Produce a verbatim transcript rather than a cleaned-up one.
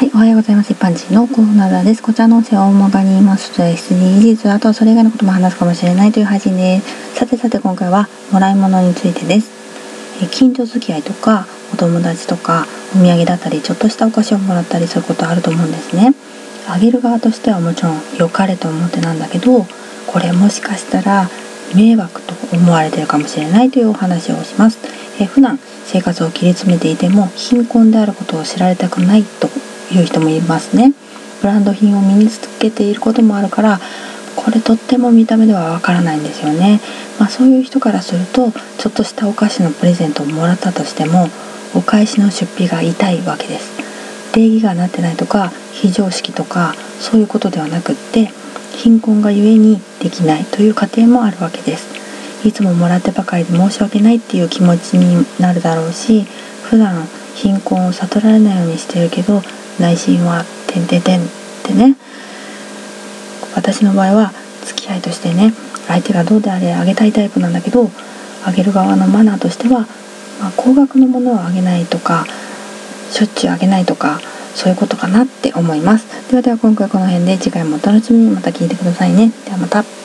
はい、おはようございます。一般人のコーナーです。こちらの音声は大まかに言いますと エスディージーズ、あとはそれ以外のことも話すかもしれないという配信です。さてさて今回はもらい物についてです。え近所付き合いとかお友達とかお土産だったりちょっとしたお菓子をもらったりすることあると思うんですね。あげる側としてはもちろん良かれと思ってなんだけど、これもしかしたら迷惑と思われているかもしれないというお話をします。え普段生活を切り詰めていても貧困であることを知られたくないという人もいますね。ブランド品を身につけていることもあるから、これとっても見た目ではわからないんですよね。まあ、そういう人からするとちょっとしたお菓子のプレゼントをもらったとしてもお返しの出費が痛いわけです。礼儀がなってないとか非常識とかそういうことではなくって、貧困がゆえにできないという家庭もあるわけです。いつももらってばかりで申し訳ないっていう気持ちになるだろうし、普段貧困を悟られないようにしてるけど内心はてんてんてんってね。私の場合は付き合いとしてね、相手がどうであれあげたいタイプなんだけど、あげる側のマナーとしては、まあ、高額のものをあげないとかしょっちゅうあげないとか、そういうことかなって思います。ではでは今回この辺で、次回もお楽しみに。また聞いてくださいね。ではまた。